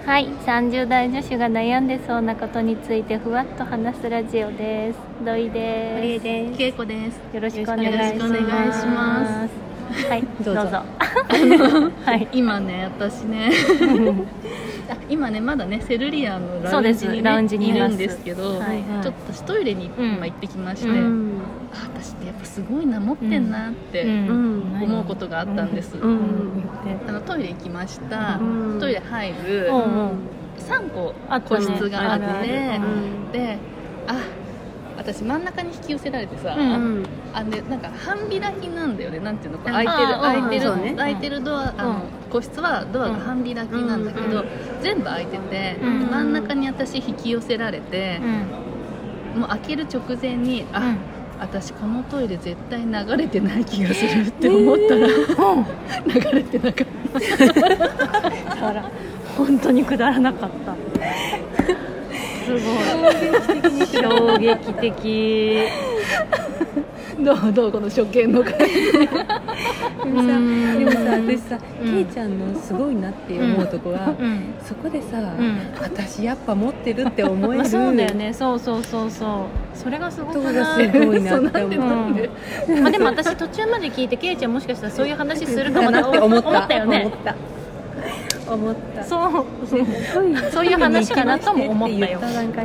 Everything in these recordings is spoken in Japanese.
はい、30代女子が悩んでそうなことについてふわっと話すラジオです。土井です。 です。けいこです。 よろしくお願いします。はい、どうぞ。 はい、今ね、私ね今ね、まだね、セルリアのラウンジに、ね、いるんですけど、はいはい、ちょっと私トイレに今行ってきまして、私ってやっぱすごいな、持ってんなって思うことがあったんです。トイレ行きました、トイレ入る、3個個室があって、で、私真ん中に引き寄せられてさ、でなんか半開きなんだよね、なんていうの、開いてるドア、個室はドアが半開きなんだけど、全部開いてて、真ん中に私引き寄せられて、もう開ける直前に私このトイレ絶対流れてない気がするって思ったら、流れてなかった本当にくだらなかったすごい衝撃的どうこの初見の感じでもさ私さ、ケイちゃんのすごいなって思うとこは、そこでさ、私やっぱ持ってるって思える、 そうだよね、そうそれがすごくない、 すごいなって思う、 でも私途中まで聞いて、ケイちゃんもしかしたらそういう話するかもなって思ったよね。 思ったそういう話かなとも思ったよ。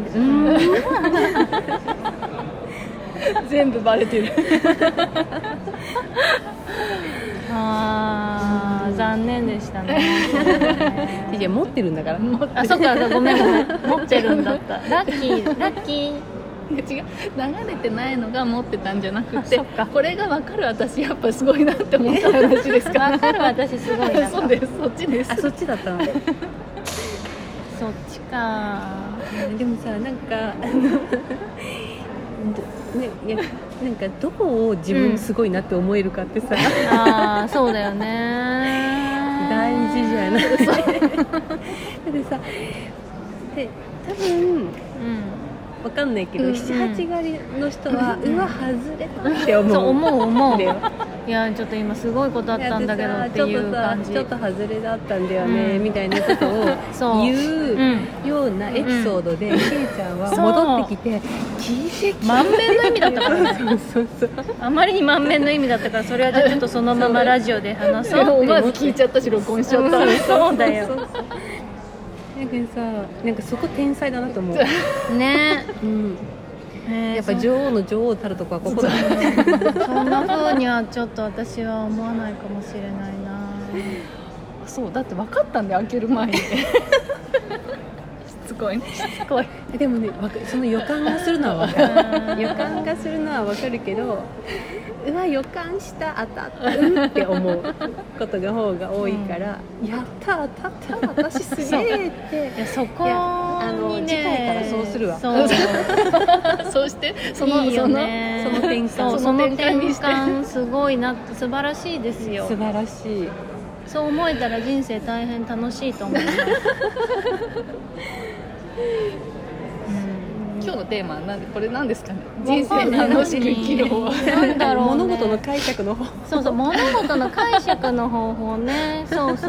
全部バレてる残念でしたね。 いや持ってるんだから。 そっか、ごめん持ってるんだった。ラッキー違う、流れてないのが持ってたんじゃなくて、これが分かる私やっぱすごいなって思った話ですか。 分かる私すごいな。 そうです、そっちです。 そっちだったの。そっちか。 でもさ、なんかなんかどこを自分すごいなって思えるかってさ、 そうだよね、 大事じゃない。でさ、で多分わかんないけど、7,8 割の人は、うわ外れたって思う。 そう思ういやちょっと今すごいことあったんだけどっていう感じ、 ちょっと外れだったんだよね、みたいなことを言うようなエピソードで、ケイちゃんは戻ってきて聞いて満面の意味だったからね。そうあまりに満面の意味だったから、それはじゃあちょっとそのままラジオで話そうって思わず聞いちゃったし、録音しちゃった。 そうだよ。 なんかそこ天才だなと思うね。 やっぱ女王の女王たるとこはここだ。 そんな風にはちょっと私は思わないかもしれないな。 そうだって分かったんで、開ける前にしつこい。 でもね、その予感がするのは分かる。予感がするのは分かるけど、うわ予感した当たったって思うことが方が多いから、やった当たった私すげえって。 いやそこにね、 次回からそうするわ。 そうしてその転換すごいなって、素晴らしいですよ。 素晴らしい。 そう思えたら人生大変楽しいと思います。 今日のテーマはこれなんですかね。人生楽しく生きる方法。 なんだろうね。 物事の解釈の方法。 そう物事の解釈の方法ね。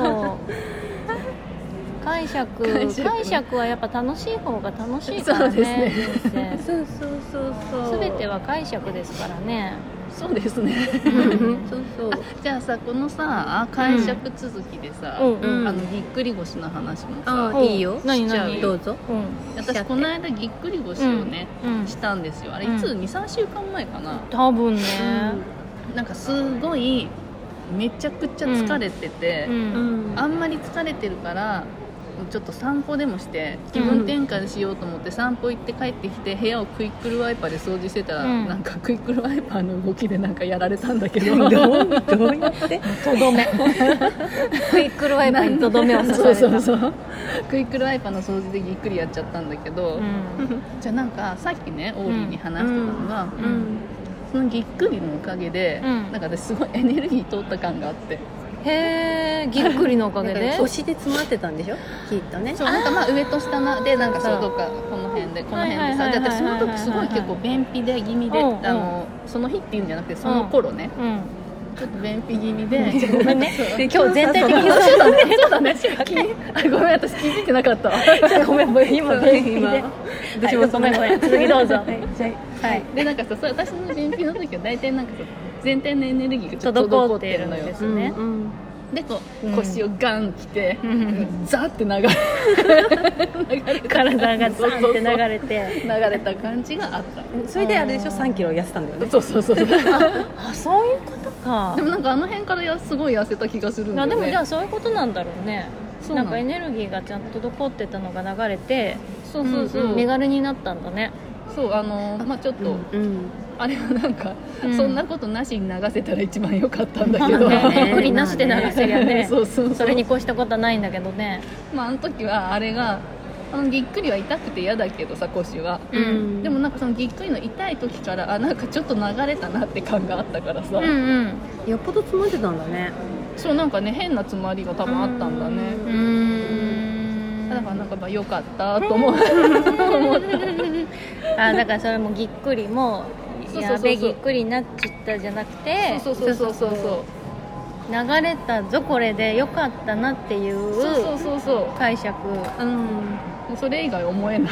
解釈はやっぱ楽しい方が楽しいからね。 そう全ては解釈ですからね。 そうですね。じゃあさ、このさ解釈続きでさ、ぎっくり腰の話もさ、 いいよ。 何どうぞ。 私この間ぎっくり腰をねしたんですよ。あれいつ2、3週間前かな。 多分ね。 なんかすごいめちゃくちゃ疲れてて、あんまり疲れてるからちょっと散歩でもして気分転換しようと思って散歩行って帰ってきて、部屋をクイックルワイパーで掃除してたら、なんかクイックルワイパーの動きでなんかやられたんだけど、どうやってとどめクイックルワイパーにとどめを刺された。 そうクイックルワイパーの掃除でぎっくりやっちゃったんだけど、じゃあなんかさっきねオーリーに話してたのが、そのぎっくりのおかげで、なんか私すごいエネルギー通った感があって、 へー、ぎっくりのおかげで腰で詰まってたんでしょ、きっとね。 そう、なんか上と下でなんかそうどっかこの辺でさ、だってその時すごい結構便秘で気味で、その日っていうんじゃなくてその頃ね、 ちょっと便秘気味でごめんね今日全体的にそうだねごめん私気づいてなかったごめん今便秘で私もごめん続きどうぞはいでなんかさ私の便秘の時は大体なんかさ全体のエネルギーがちょっと滞っているのよですねでこう腰をガンきてザって流れ体がザンって流れた感じがあったそれであれでしょ3キロ痩せたんだよねそうそういうことかでもなんかあの辺からすごい痩せた気がするんだよねでもじゃあそういうことなんだろうねなんかエネルギーがちゃんと滞ってたのが流れてそう身軽になったんだねそうまあちょっとあれはなんかそんなことなしに流せたら一番良かったんだけど無理なしで流せりゃねそれに越したことはないんだけどねまああの時はあれがぎっくりは痛くて嫌だけどさ腰はでもなんかそのぎっくりの痛い時からなんかちょっと流れたなって感があったからさよっぽど詰まってたんだねそうなんかね変な詰まりが多分あったんだねだからなんかまあ良かったと思っただからそれもぎっくりもやべぎっくりになっちゃったじゃなくてそう流れたぞこれで良かったなっていう解釈それ以外思えない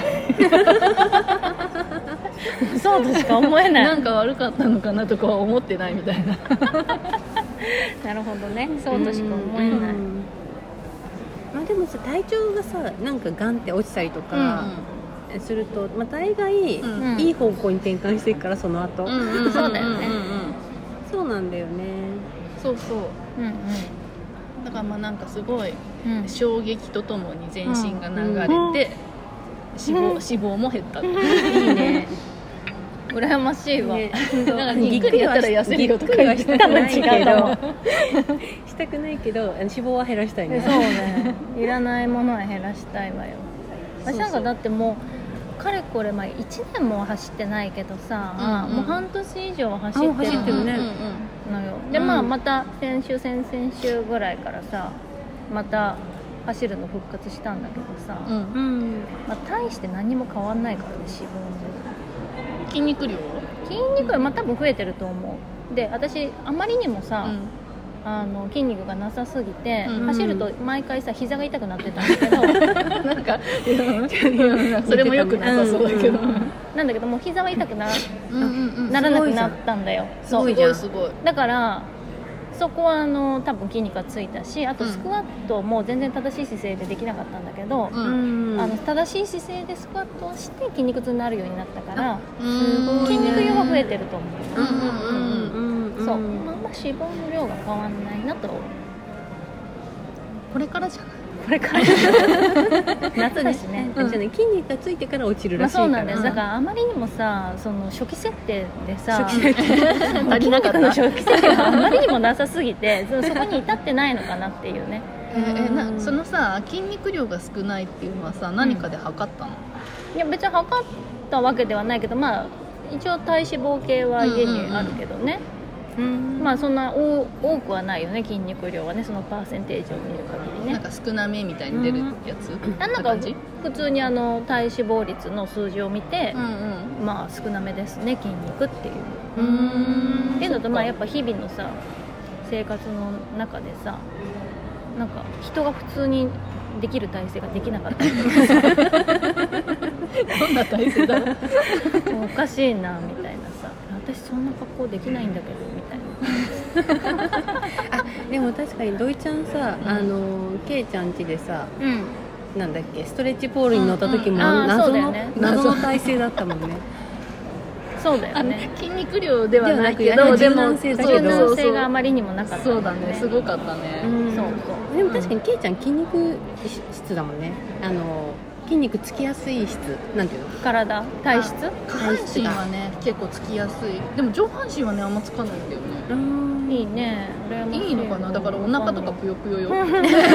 そうとしか思えないなんか悪かったのかなとかは思ってないみたいななるほどねそうとしか思えないまあでもさ体調がさなんかガンって落ちたりとかすると大概いい方向に転換していくからその後そうだよねそうなんだよねそうだからまあなんかすごい衝撃とともに全身が流れて脂肪も減ったいいね羨ましいわなんかぎっくりやったら痩せるよとか言ってたの違うしたくないけど脂肪は減らしたいねそうねいらないものは減らしたいわよ私なんかだってもうかれこれ1年も走ってないけどさもう半年以上走ってるねのよでまた先々週ぐらいからさまた走るの復活したんだけどさ大して何も変わんないからね脂肪も筋肉量は多分増えてると思うで私あまりにもさ筋肉がなさすぎて走ると毎回さ膝が痛くなってたんだけどなんかそれもよくなさそうだけどなんだけどもう膝は痛くならなくなったんだよすごいだからそこは多分筋肉がついたしあとスクワットも全然正しい姿勢でできなかったんだけど正しい姿勢でスクワットをして筋肉痛になるようになったから筋肉量は増えてると思うそう脂肪の量が変わんないなとこれからじゃないこれから夏だしね筋肉がついてから落ちるらしいからそうなんですだからあまりにもさその初期設定でさ足りなかった初期設定があまりにもなさすぎてそこに至ってないのかなっていうねそのさ筋肉量が少ないっていうのはさ何かで測ったのいや別に測ったわけではないけど一応体脂肪計は家にあるけどねそんな多くはないよね筋肉量はねそのパーセンテージを見る限りねなんか少なめみたいに出るやつなんか普通に体脂肪率の数字を見て少なめですね筋肉っていうっていうのとやっぱ日々のさ生活の中でさなんか人が普通にできる体勢ができなかったりとかどんな体勢だろうおかしいなみたいなさ私そんな格好できないんだけどみたいなでも確かに土井ちゃんさケイちゃん家でさなんだっけストレッチポールに乗った時も謎の体勢だったもんねそうだよね筋肉量ではないけど柔軟性があまりにもなかったそうだねすごかったねでも確かにケイちゃん筋肉質だもんね筋肉つきやすい質なんていうの体体質下半身はね結構つきやすいでも上半身はねあんまつかないんだよねいいねいいのかなだからお腹とかぷよぷよよな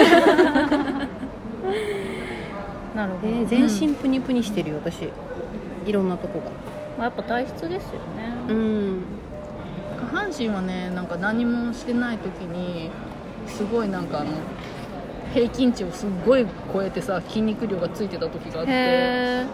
るほど全身プニプニしてるよ私いろんなとこがやっぱ体質ですよね下半身はねなんか何もしてない時にすごいなんか平均値をすごい超えてさ筋肉量がついてた時があって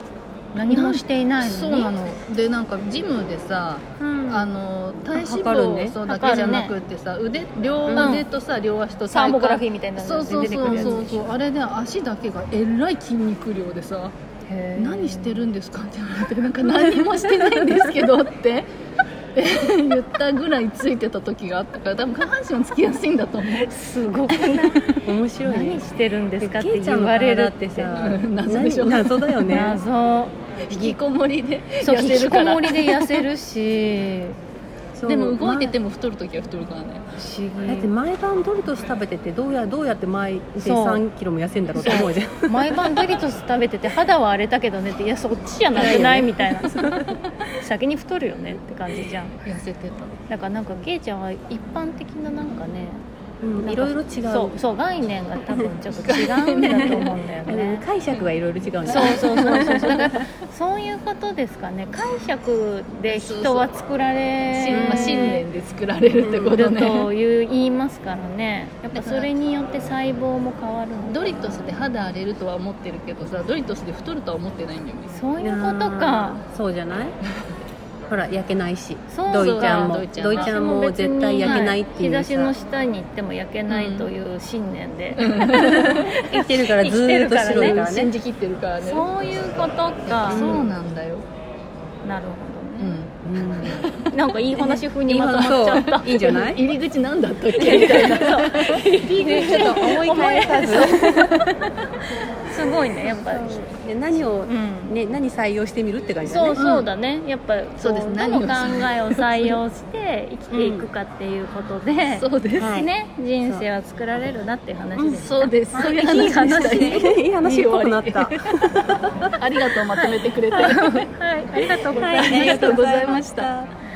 何もしていないのに。 そうなので、なんかジムでさ、体脂肪そうだけじゃなくってさ、両腕とさ、両足とサーモグラフィーみたいなので出てくるやつでしょ。 あれで足だけがえらい筋肉量でさ、何してるんですかって言われて、なんか何もしてないんですけどって言ったぐらいついてた時があったから、多分下半身はつきやすいんだと思う。 すごくない面白いね。 何してるんですかって言われるってさ、 謎でしょ。 謎だよね。 謎。 引きこもりでそう、 痩せるから。 引きこもりで痩せるしでも動いてても太る時は太るからね。 不思議。 だって毎晩ドリトス食べててどうやって毎日3キロも痩せるんだろうって思うじゃん。 毎晩ドリトス食べてて肌は荒れたけどねって、いやそっちじゃなくないみたいな先に太るよねって感じじゃん。 痩せてた。 だからなんかケイちゃんは一般的ななんかね、 いろいろ違う。 そう概念が多分ちょっと違うんだと思うんだよね解釈がいろいろ違うんだ。 そうだからそういうことですかね。解釈で人は作られ信念で作られるってことね、 と言いますからね。やっぱそれによって細胞も変わるの。 ドリトスで肌荒れるとは思ってるけどさ、ドリトスで太るとは思ってないんだよね。 そういうことか。 そうじゃない？ほら焼けないし、 そうドイちゃんも絶対焼けないっていうさ、 日差しの下に行っても焼けないという信念で、 生きてるからずーっと白いからね。 信じきってるからね。 そういうことか。 そうなんだよ。 なるほどね。なんかいい話風にまとまっちゃった。 いいんじゃない？ 入り口なんだったっけみたいな。 入り口ちょっと思い返さず。 すごいね、やっぱり。 何採用してみるって感じだね。 そうだね。やっぱそうです。 何の考えを採用して生きていくかっていうことで、 そうですね、人生は作られるなっていう話です。 そうです。そういういい話。 いい話っぽくなった。 ありがとう、まとめてくれて。 はい、ありがとうございました。 ありがとうございました。